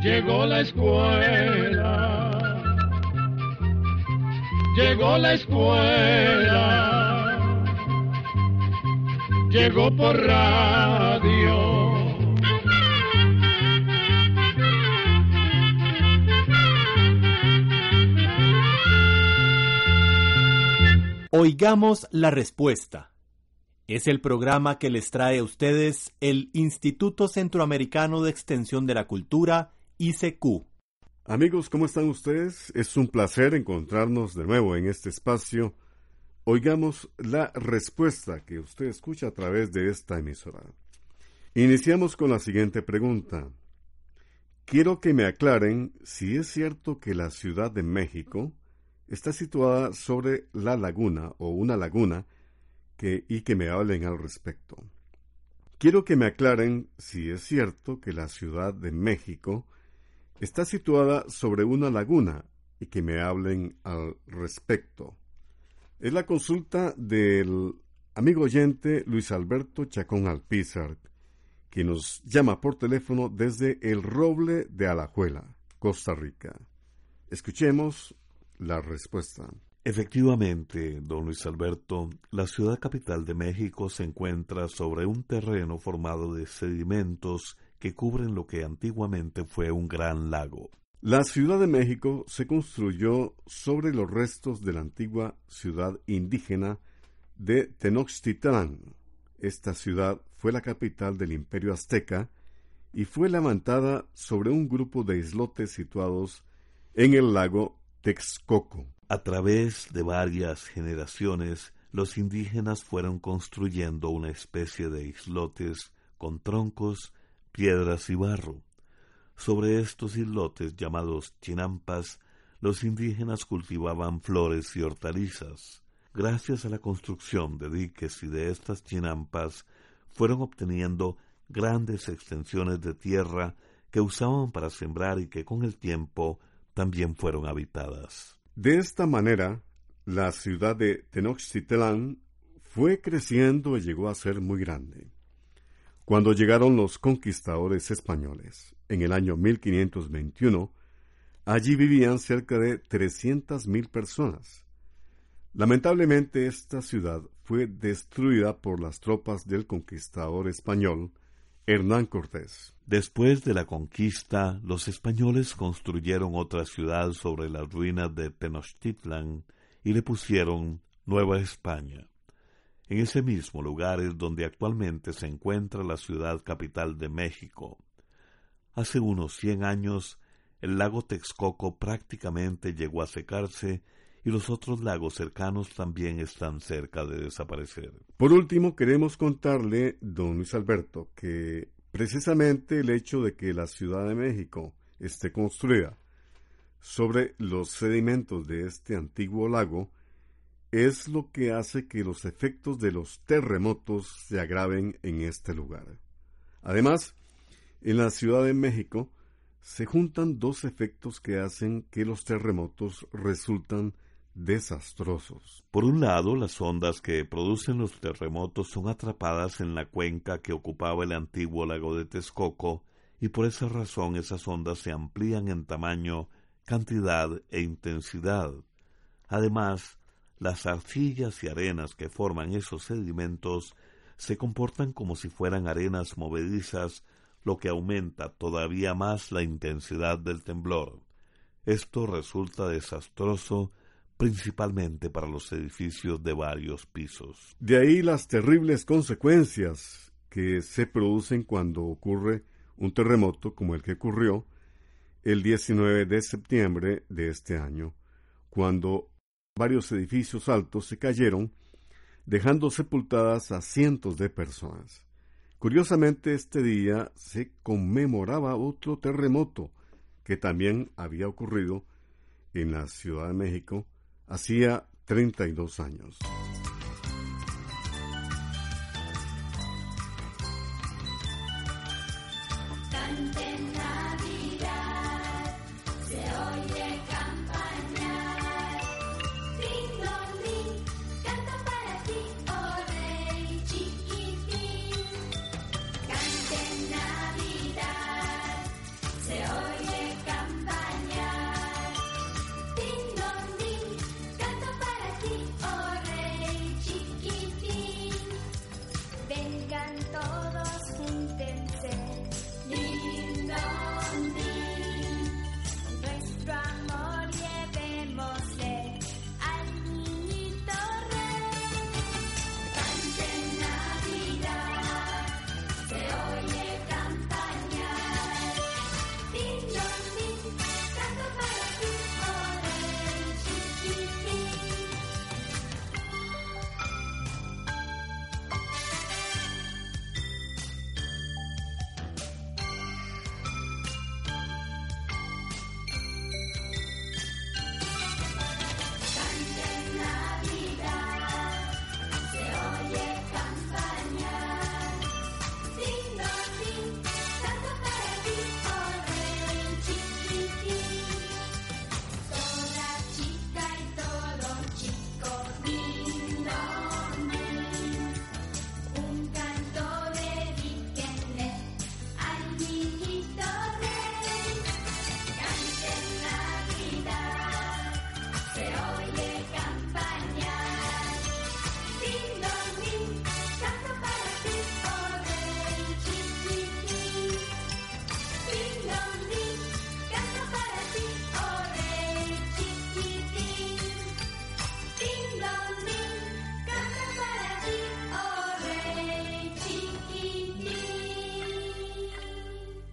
Llegó la escuela, llegó la escuela, llegó por radio. Oigamos la respuesta. Es el programa que les trae a ustedes el Instituto Centroamericano de Extensión de la Cultura, ICQ. Amigos, ¿cómo están ustedes? Es un placer encontrarnos de nuevo en este espacio. Oigamos la respuesta que usted escucha a través de esta emisora. Iniciamos con la siguiente pregunta. Quiero que me aclaren si es cierto que la Ciudad de México está situada sobre la laguna o una laguna y que me hablen al respecto. Quiero que me aclaren si es cierto que la Ciudad de México está situada sobre una laguna y que me hablen al respecto. Es la consulta del amigo oyente Luis Alberto Chacón Alpizar, que nos llama por teléfono desde El Roble de Alajuela, Costa Rica. Escuchemos la respuesta. Efectivamente, don Luis Alberto, la ciudad capital de México se encuentra sobre un terreno formado de sedimentos que cubren lo que antiguamente fue un gran lago. La Ciudad de México se construyó sobre los restos de la antigua ciudad indígena de Tenochtitlán. Esta ciudad fue la capital del Imperio Azteca y fue levantada sobre un grupo de islotes situados en el lago Texcoco. A través de varias generaciones, los indígenas fueron construyendo una especie de islotes con troncos, piedras y barro. Sobre estos islotes, llamados chinampas, los indígenas cultivaban flores y hortalizas. Gracias a la construcción de diques y de estas chinampas, fueron obteniendo grandes extensiones de tierra que usaban para sembrar y que con el tiempo también fueron habitadas. De esta manera, la ciudad de Tenochtitlán fue creciendo y llegó a ser muy grande. Cuando llegaron los conquistadores españoles, en el año 1521, allí vivían cerca de 300,000 personas. Lamentablemente, esta ciudad fue destruida por las tropas del conquistador español, Hernán Cortés. Después de la conquista, los españoles construyeron otra ciudad sobre las ruinas de Tenochtitlán y le pusieron Nueva España. En ese mismo lugar es donde actualmente se encuentra la ciudad capital de México. Hace unos 100 años, el lago Texcoco prácticamente llegó a secarse y los otros lagos cercanos también están cerca de desaparecer. Por último, queremos contarle, don Luis Alberto, que precisamente el hecho de que la Ciudad de México esté construida sobre los sedimentos de este antiguo lago es lo que hace que los efectos de los terremotos se agraven en este lugar. Además, en la Ciudad de México se juntan dos efectos que hacen que los terremotos resultan desastrosos. Por un lado, las ondas que producen los terremotos son atrapadas en la cuenca que ocupaba el antiguo lago de Texcoco y por esa razón esas ondas se amplían en tamaño, cantidad e intensidad. Además, las arcillas y arenas que forman esos sedimentos se comportan como si fueran arenas movedizas, lo que aumenta todavía más la intensidad del temblor. Esto resulta desastroso principalmente para los edificios de varios pisos. De ahí las terribles consecuencias que se producen cuando ocurre un terremoto como el que ocurrió el 19 de septiembre de este año, cuando varios edificios altos se cayeron, dejando sepultadas a cientos de personas. Curiosamente, este día se conmemoraba otro terremoto que también había ocurrido en la Ciudad de México hacía 32 años. Canten Navidad, se oye campañar. Ding dong ding, canta para ti, oh rey chiquitín. Canten Navidad, se oye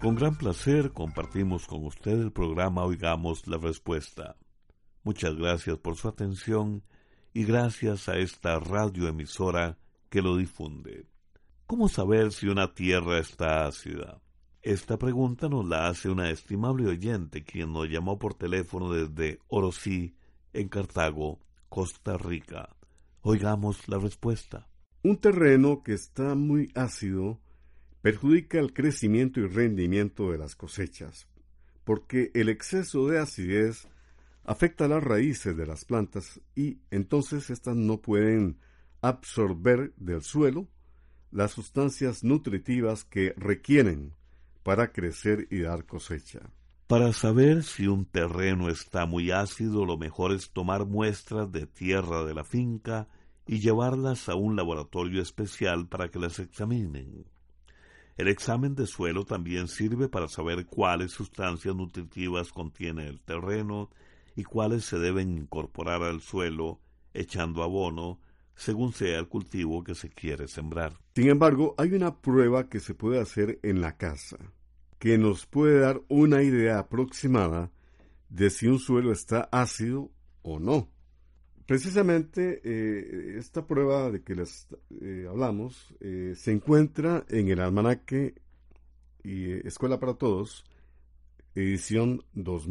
Con gran placer compartimos con usted el programa Oigamos la Respuesta. Muchas gracias por su atención y gracias a esta radioemisora que lo difunde. ¿Cómo saber si una tierra está ácida? Esta pregunta nos la hace una estimable oyente quien nos llamó por teléfono desde Orosí, en Cartago, Costa Rica. Oigamos la respuesta. Un terreno que está muy ácido perjudica el crecimiento y rendimiento de las cosechas, porque el exceso de acidez afecta las raíces de las plantas y entonces éstas no pueden absorber del suelo las sustancias nutritivas que requieren para crecer y dar cosecha. Para saber si un terreno está muy ácido, lo mejor es tomar muestras de tierra de la finca y llevarlas a un laboratorio especial para que las examinen. El examen de suelo también sirve para saber cuáles sustancias nutritivas contiene el terreno y cuáles se deben incorporar al suelo echando abono, según sea el cultivo que se quiere sembrar. Sin embargo, hay una prueba que se puede hacer en la casa, que nos puede dar una idea aproximada de si un suelo está ácido o no. Precisamente esta prueba de que les hablamos se encuentra en el almanaque Escuela para Todos, edición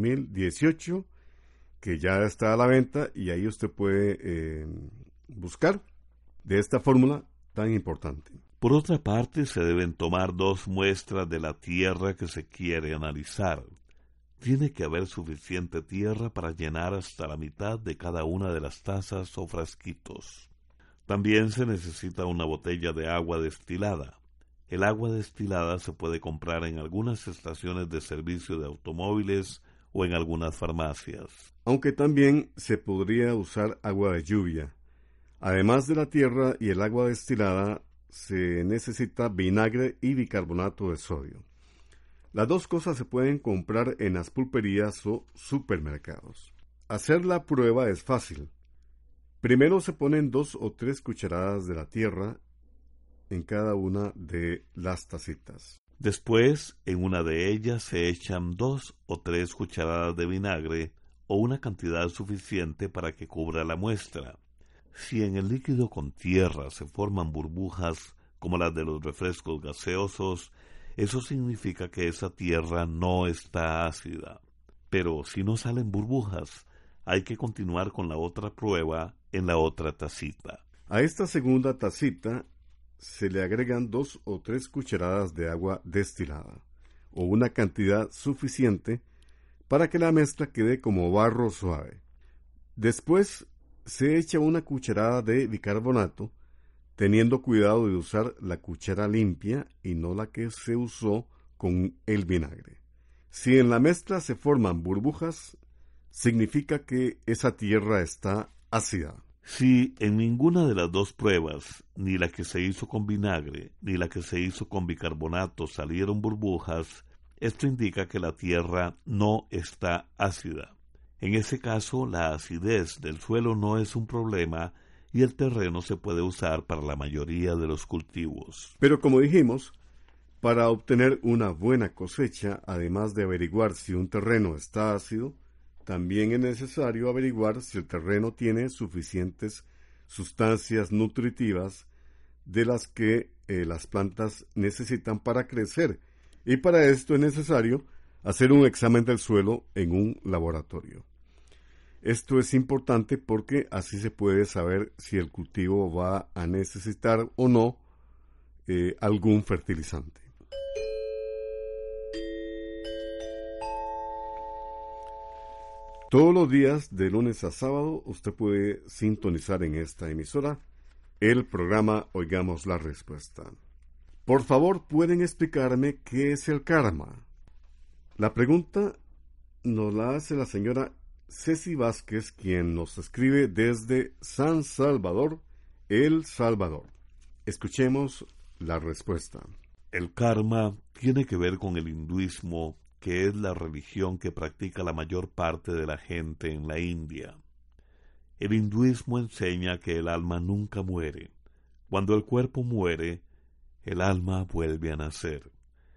2018, que ya está a la venta y ahí usted puede buscar de esta fórmula tan importante. Por otra parte, se deben tomar 2 muestras de la tierra que se quiere analizar. Tiene que haber suficiente tierra para llenar hasta la mitad de cada una de las tazas o frasquitos. También se necesita una botella de agua destilada. El agua destilada se puede comprar en algunas estaciones de servicio de automóviles o en algunas farmacias. Aunque también se podría usar agua de lluvia. Además de la tierra y el agua destilada, se necesita vinagre y bicarbonato de sodio. Las 2 cosas se pueden comprar en las pulperías o supermercados. Hacer la prueba es fácil. Primero se ponen 2 o 3 cucharadas de la tierra en cada una de las tacitas. Después, en una de ellas se echan 2 o 3 cucharadas de vinagre o una cantidad suficiente para que cubra la muestra. Si en el líquido con tierra se forman burbujas como las de los refrescos gaseosos, eso significa que esa tierra no está ácida. Pero si no salen burbujas, hay que continuar con la otra prueba en la otra tacita. A esta segunda tacita se le agregan 2 o 3 cucharadas de agua destilada, o una cantidad suficiente para que la mezcla quede como barro suave. Después se echa una cucharada de bicarbonato, teniendo cuidado de usar la cuchara limpia y no la que se usó con el vinagre. Si en la mezcla se forman burbujas, significa que esa tierra está ácida. Si en ninguna de las 2 pruebas, ni la que se hizo con vinagre, ni la que se hizo con bicarbonato salieron burbujas, esto indica que la tierra no está ácida. En ese caso, la acidez del suelo no es un problema y el terreno se puede usar para la mayoría de los cultivos. Pero como dijimos, para obtener una buena cosecha, además de averiguar si un terreno está ácido, también es necesario averiguar si el terreno tiene suficientes sustancias nutritivas de las que las plantas necesitan para crecer, y para esto es necesario hacer un examen del suelo en un laboratorio. Esto es importante porque así se puede saber si el cultivo va a necesitar o no algún fertilizante. Todos los días, de lunes a sábado, usted puede sintonizar en esta emisora el programa Oigamos la Respuesta. Por favor, ¿pueden explicarme qué es el karma? La pregunta nos la hace la señora Ceci Vázquez, quien nos escribe desde San Salvador, El Salvador. Escuchemos la respuesta. El karma tiene que ver con el hinduismo, que es la religión que practica la mayor parte de la gente en la India. El hinduismo enseña que el alma nunca muere. Cuando el cuerpo muere, el alma vuelve a nacer.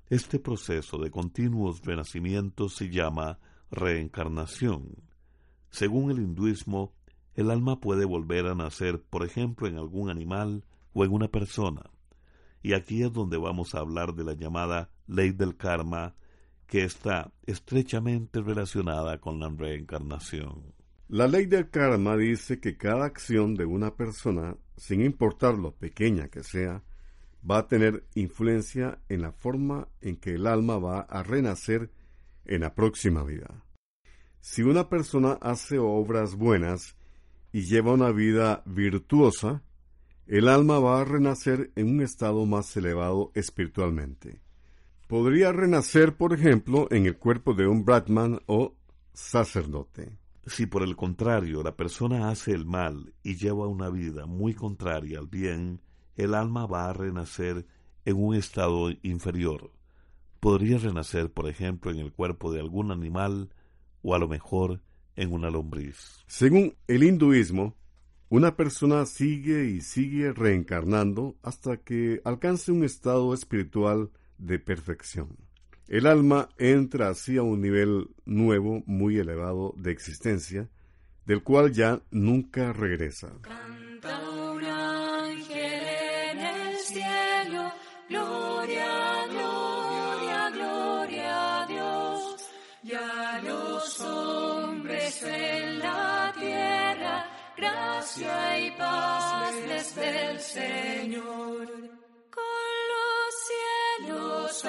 Este proceso de continuos renacimientos se llama reencarnación. Según el hinduismo, el alma puede volver a nacer, por ejemplo, en algún animal o en una persona. Y aquí es donde vamos a hablar de la llamada ley del karma, que está estrechamente relacionada con la reencarnación. La ley del karma dice que cada acción de una persona, sin importar lo pequeña que sea, va a tener influencia en la forma en que el alma va a renacer en la próxima vida. Si una persona hace obras buenas y lleva una vida virtuosa, el alma va a renacer en un estado más elevado espiritualmente. Podría renacer, por ejemplo, en el cuerpo de un brahman o sacerdote. Si por el contrario la persona hace el mal y lleva una vida muy contraria al bien, el alma va a renacer en un estado inferior. Podría renacer, por ejemplo, en el cuerpo de algún animal o a lo mejor en una lombriz. Según el hinduismo, una persona sigue y sigue reencarnando hasta que alcance un estado espiritual de perfección. El alma entra así a un nivel nuevo, muy elevado de existencia, del cual ya nunca regresa. Canta un ángel en el cielo, gloria, gloria, gloria a Dios. Y a los hombres en la tierra, gracia y paz les dé el Señor. Con los cielos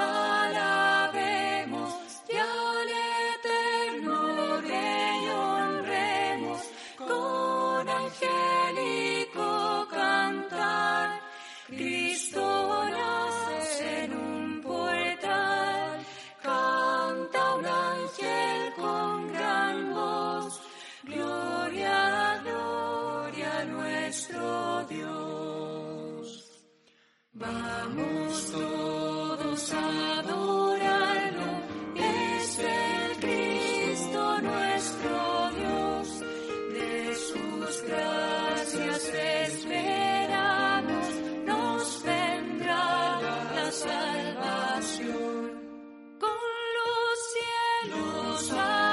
alabemos y al eterno Rey honremos con angélico cantar. Cristo nace en un portal, canta un ángel con gran voz, gloria, gloria a nuestro Dios. Vamos todos a adorarlo, es el Cristo nuestro Dios, de sus gracias esperamos, nos vendrá la salvación. Con los cielos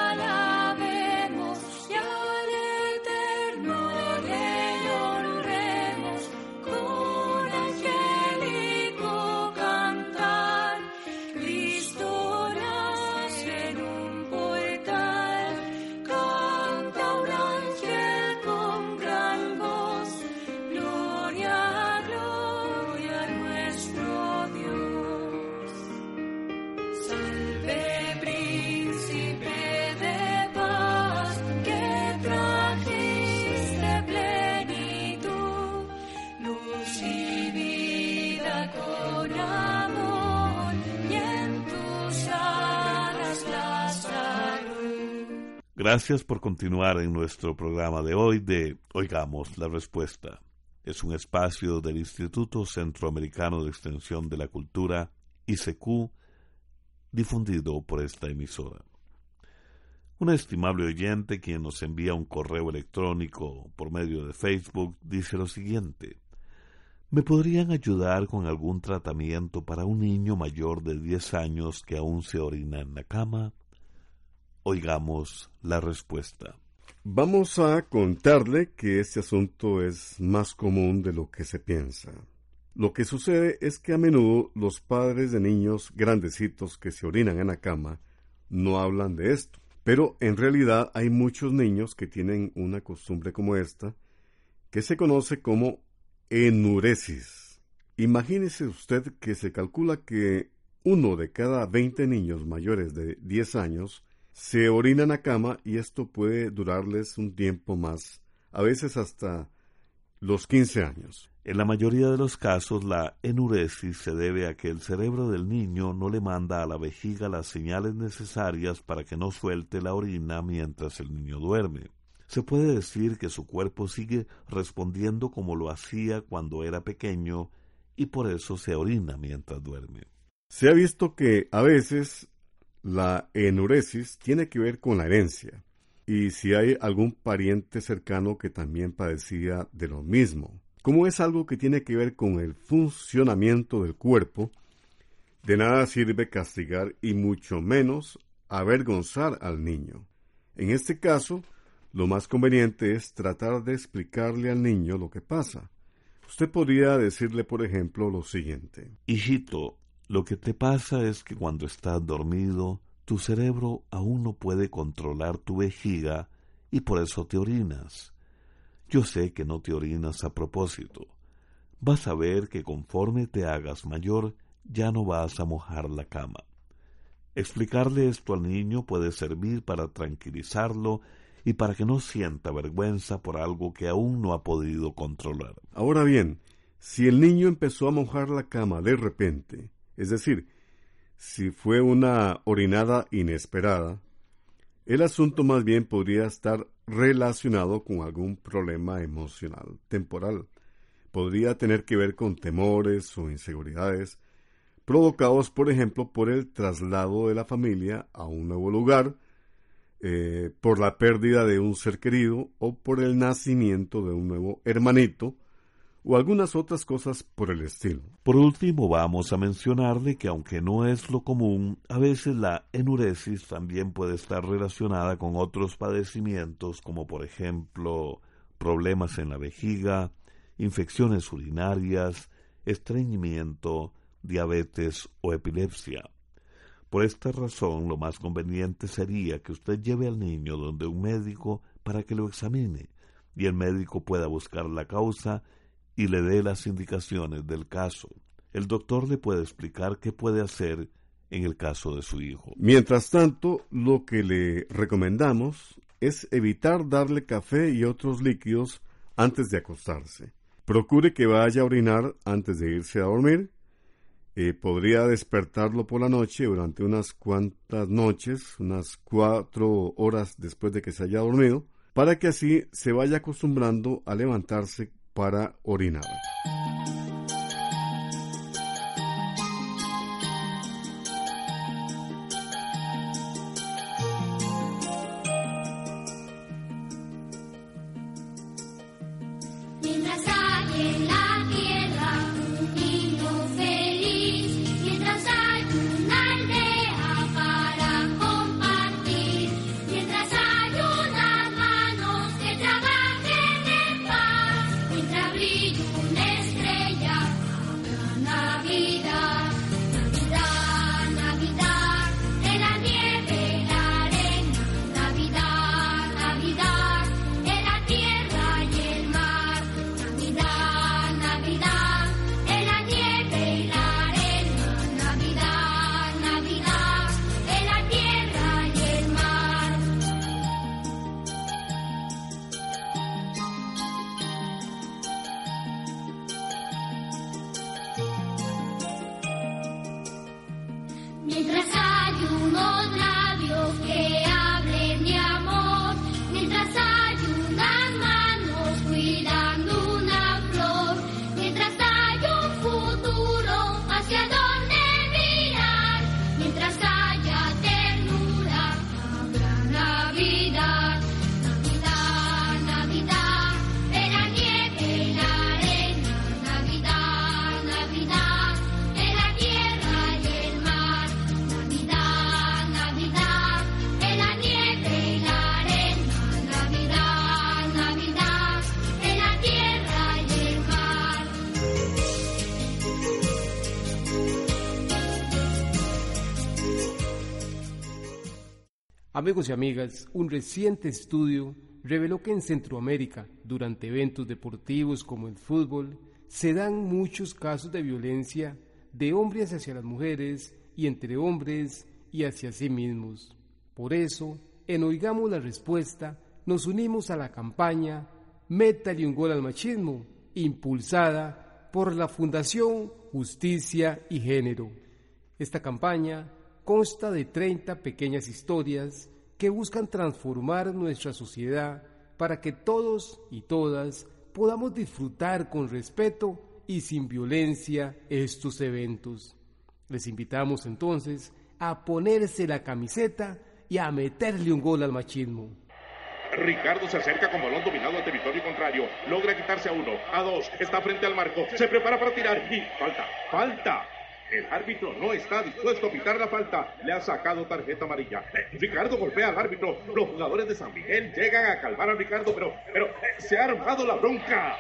alabemos y al eterno Rey honremos con angélico cantar. Cristo nace en un portal, canta un ángel con gran voz, gloria, gloria a nuestro Dios. Salve, príncipe de paz, que trajiste plenitud, luz y vida con amor, y en tus alas la salud. Gracias por continuar en nuestro programa de hoy de Oigamos la Respuesta. Es un espacio del Instituto Centroamericano de Extensión de la Cultura, ICQ, difundido por esta emisora. Un estimable oyente, quien nos envía un correo electrónico por medio de Facebook, dice lo siguiente: ¿me podrían ayudar con algún tratamiento para un niño mayor de 10 años que aún se orina en la cama? Oigamos la respuesta. Vamos a contarle que este asunto es más común de lo que se piensa. Lo que sucede es que a menudo los padres de niños grandecitos que se orinan en la cama no hablan de esto. Pero en realidad hay muchos niños que tienen una costumbre como esta, que se conoce como enuresis. Imagínese usted que se calcula que 1 de cada 20 niños mayores de 10 años se orina en la cama, y esto puede durarles un tiempo más, a veces hasta los 15 años. En la mayoría de los casos, la enuresis se debe a que el cerebro del niño no le manda a la vejiga las señales necesarias para que no suelte la orina mientras el niño duerme. Se puede decir que su cuerpo sigue respondiendo como lo hacía cuando era pequeño, y por eso se orina mientras duerme. Se ha visto que a veces la enuresis tiene que ver con la herencia, y si hay algún pariente cercano que también padecía de lo mismo. Como es algo que tiene que ver con el funcionamiento del cuerpo, De nada sirve castigar y mucho menos avergonzar al niño. En este caso, lo más conveniente es tratar de explicarle al niño lo que pasa. Usted podría decirle, por ejemplo, lo siguiente. Hijito, lo que te pasa es que cuando estás dormido, tu cerebro aún no puede controlar tu vejiga y por eso te orinas. Yo sé que no te orinas a propósito. Vas a ver que conforme te hagas mayor, ya no vas a mojar la cama. Explicarle esto al niño puede servir para tranquilizarlo y para que no sienta vergüenza por algo que aún no ha podido controlar. Ahora bien, si el niño empezó a mojar la cama de repente, es decir, si fue una orinada inesperada, el asunto más bien podría estar relacionado con algún problema emocional temporal. Podría tener que ver con temores o inseguridades provocados, por ejemplo, por el traslado de la familia a un nuevo lugar, por la pérdida de un ser querido o por el nacimiento de un nuevo hermanito o algunas otras cosas por el estilo. Por último, vamos a mencionarle que aunque no es lo común, a veces la enuresis también puede estar relacionada con otros padecimientos como por ejemplo problemas en la vejiga, infecciones urinarias, estreñimiento, diabetes o epilepsia. Por esta razón, lo más conveniente sería que usted lleve al niño donde un médico para que lo examine y el médico pueda buscar la causa y le dé las indicaciones del caso. El doctor le puede explicar qué puede hacer en el caso de su hijo. Mientras tanto, lo que le recomendamos es evitar darle café y otros líquidos antes de acostarse. Procure que vaya a orinar antes de irse a dormir. Podría despertarlo por la noche durante unas cuantas noches, unas 4 horas después de que se haya dormido, para que así se vaya acostumbrando a levantarse para orinar. Mientras hay en la tierra un niño feliz, mientras hay una aldea para compartir, mientras hay unas manos que trabajen en paz, mientras brilla una estrella, habrá Navidad, Navidad, Navidad, de la nieve y la arena, Navidad, Navidad, de la tierra y el mar. Navidad, Navidad, de la nieve y la arena, Navidad, Navidad, de la tierra y el mar. Mientras hay unos labios que hablen de amor, mientras hay unas manos cuidando una flor, mientras hay un futuro hacia donde mirar, mientras haya ternura, habrá Navidad, Navidad, Navidad, de la nieve y la arena, Navidad, Navidad, de la tierra y el mar, Navidad, Navidad, de la nieve y la arena, Navidad, Navidad, de la tierra y el mar. Amigos y amigas, un reciente estudio reveló que en Centroamérica, durante eventos deportivos como el fútbol, se dan muchos casos de violencia de hombres hacia las mujeres y entre hombres y hacia sí mismos. Por eso, en Oigamos la Respuesta, nos unimos a la campaña Métale un gol al machismo, impulsada por la Fundación Justicia y Género. Esta campaña consta de 30 pequeñas historias que buscan transformar nuestra sociedad para que todos y todas podamos disfrutar con respeto y sin violencia estos eventos. Les invitamos entonces a ponerse la camiseta y a meterle un gol al machismo. Ricardo se acerca con balón dominado a territorio contrario. Logra quitarse a 1, a 2, está frente al marco, se prepara para tirar y falta. El árbitro no está dispuesto a pitar la falta. Le ha sacado tarjeta amarilla. Ricardo golpea al árbitro. Los jugadores de San Miguel llegan a calmar a Ricardo, pero se ha armado la bronca.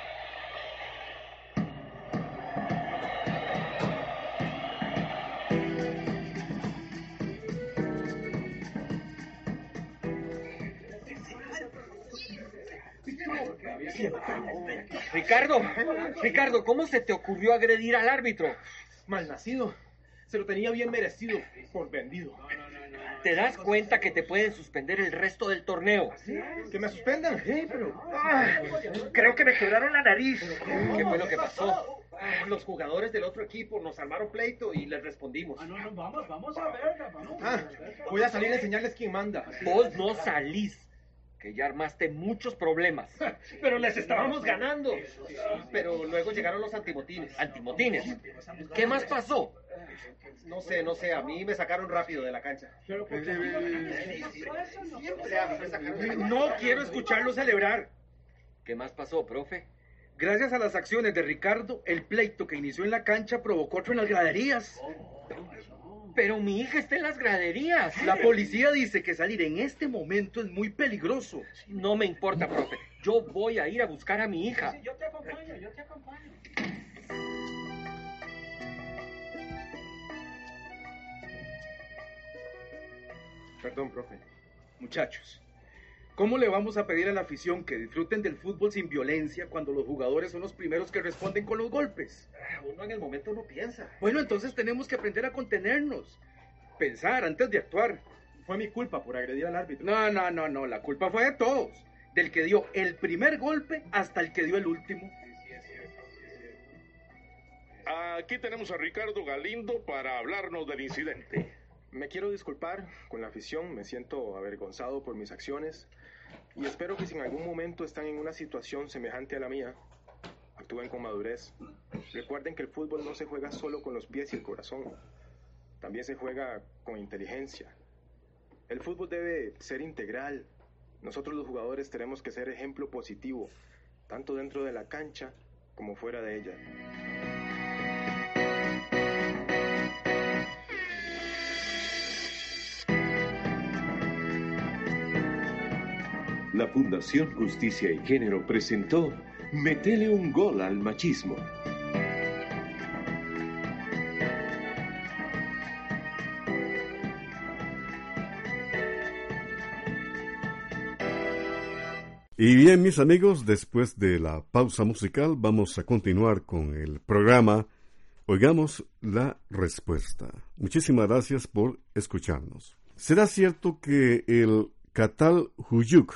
Ricardo, ¿cómo se te ocurrió agredir al árbitro? Malnacido. Se lo tenía bien merecido por vendido. ¿Te das cuenta que te pueden suspender el resto del torneo? ¿Que me suspendan? Creo que me quebraron la nariz. ¿Qué fue lo que pasó? Los jugadores del otro equipo nos armaron pleito y les respondimos. Vamos a ver. Voy a salir a enseñarles quién manda. Vos no salís, que ya armaste muchos problemas. Pero les estábamos ganando. Pero luego llegaron los antimotines. ¿Antimotines? ¿Qué más pasó? No sé, a mí me sacaron rápido de la cancha. No quiero escucharlo celebrar. ¿Qué más pasó, profe? Gracias a las acciones de Ricardo, el pleito que inició en la cancha provocó otro en las graderías. Pero mi hija está en las graderías. La policía dice que salir en este momento es muy peligroso. No me importa, profe. Yo voy a ir a buscar a mi hija. Sí, yo te acompaño. Perdón, profe. Muchachos, ¿cómo le vamos a pedir a la afición que disfruten del fútbol sin violencia cuando los jugadores son los primeros que responden con los golpes? Uno en el momento no piensa. Bueno, entonces tenemos que aprender a contenernos. Pensar antes de actuar. Fue mi culpa por agredir al árbitro. No. La culpa fue de todos. Del que dio el primer golpe hasta el que dio el último. Aquí tenemos a Ricardo Galindo para hablarnos del incidente. Me quiero disculpar con la afición, me siento avergonzado por mis acciones y espero que si en algún momento están en una situación semejante a la mía, actúen con madurez. Recuerden que el fútbol no se juega solo con los pies y el corazón, también se juega con inteligencia. El fútbol debe ser integral. Nosotros los jugadores tenemos que ser ejemplo positivo, tanto dentro de la cancha como fuera de ella. La Fundación Justicia y Género presentó Metele un gol al machismo. Y bien, mis amigos, después de la pausa musical vamos a continuar con el programa Oigamos la Respuesta. Muchísimas gracias por escucharnos. ¿Será cierto que el Catalhuyuk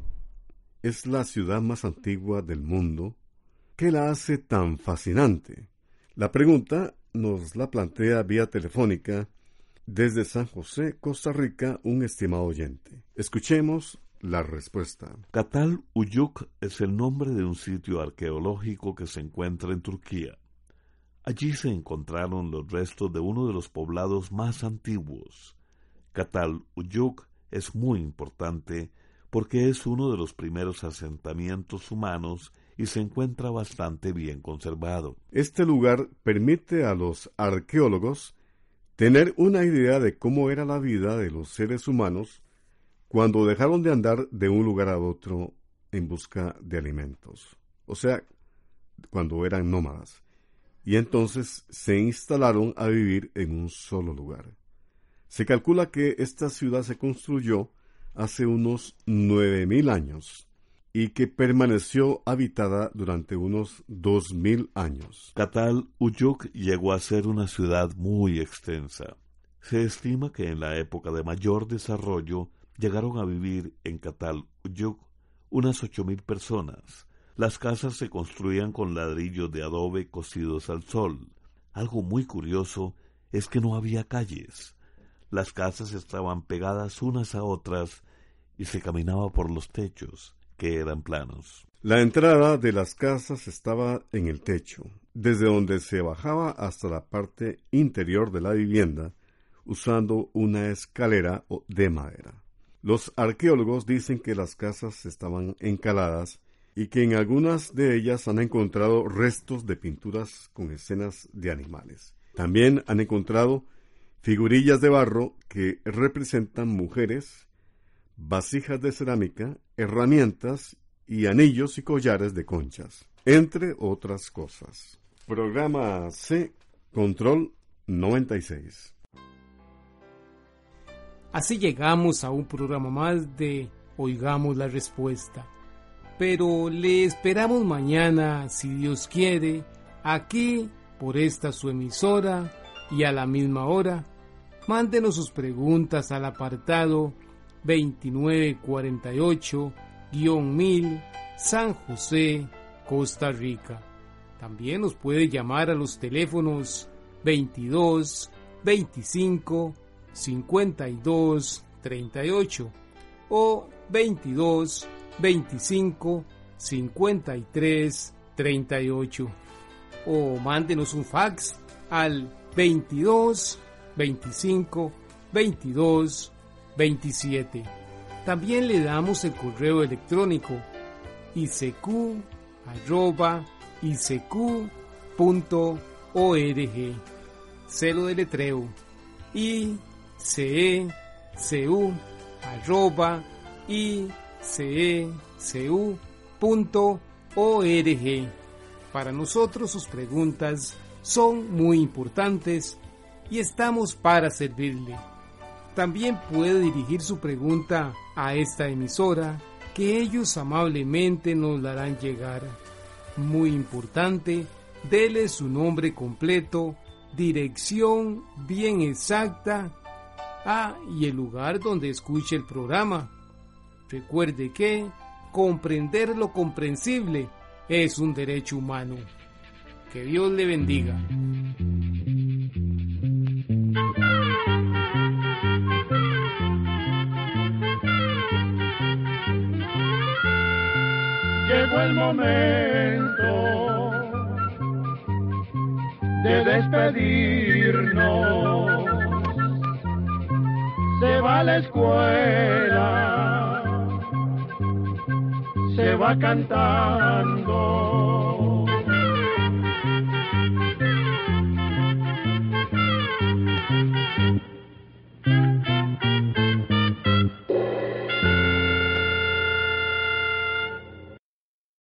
es la ciudad más antigua del mundo? ¿Qué la hace tan fascinante? La pregunta nos la plantea vía telefónica desde San José, Costa Rica, un estimado oyente. Escuchemos la respuesta. Catalhuyuk es el nombre de un sitio arqueológico que se encuentra en Turquía. Allí se encontraron los restos de uno de los poblados más antiguos. Catalhuyuk es muy importante porque es uno de los primeros asentamientos humanos y se encuentra bastante bien conservado. Este lugar permite a los arqueólogos tener una idea de cómo era la vida de los seres humanos cuando dejaron de andar de un lugar a otro en busca de alimentos. O sea, cuando eran nómadas. Y entonces se instalaron a vivir en un solo lugar. Se calcula que esta ciudad se construyó hace unos 9.000 años y que permaneció habitada durante unos 2.000 años. Catalhuyuk llegó a ser una ciudad muy extensa. Se estima que en la época de mayor desarrollo llegaron a vivir en Catalhuyuk unas 8.000 personas. Las casas se construían con ladrillos de adobe cocidos al sol. Algo muy curioso es que no había calles. Las casas estaban pegadas unas a otras y se caminaba por los techos, que eran planos. La entrada de las casas estaba en el techo, desde donde se bajaba hasta la parte interior de la vivienda, usando una escalera de madera. Los arqueólogos dicen que las casas estaban encaladas y que en algunas de ellas han encontrado restos de pinturas con escenas de animales. También han encontrado figurillas de barro que representan mujeres, vasijas de cerámica, herramientas y anillos y collares de conchas, entre otras cosas. Programa C, Control 96. Así llegamos a un programa más de Oigamos la Respuesta. Pero le esperamos mañana, si Dios quiere, aquí por esta su emisora y a la misma hora. Mándenos sus preguntas al apartado 2948-1000 San José, Costa Rica. También nos puede llamar a los teléfonos 22 25 52 38 o 22 25 53 38, o mándenos un fax al 22 25 22 27. También le damos el correo electrónico icq@icq.org. Se lo deletreo: icecu@icecu.org. Para nosotros sus preguntas son muy importantes y estamos para servirle. También puede dirigir su pregunta a esta emisora, que ellos amablemente nos la harán llegar. Muy importante, dele su nombre completo, dirección bien exacta, y el lugar donde escuche el programa. Recuerde que comprender lo comprensible es un derecho humano. Que Dios le bendiga. Llegó el momento de despedirnos. Se va a la escuela, se va cantando.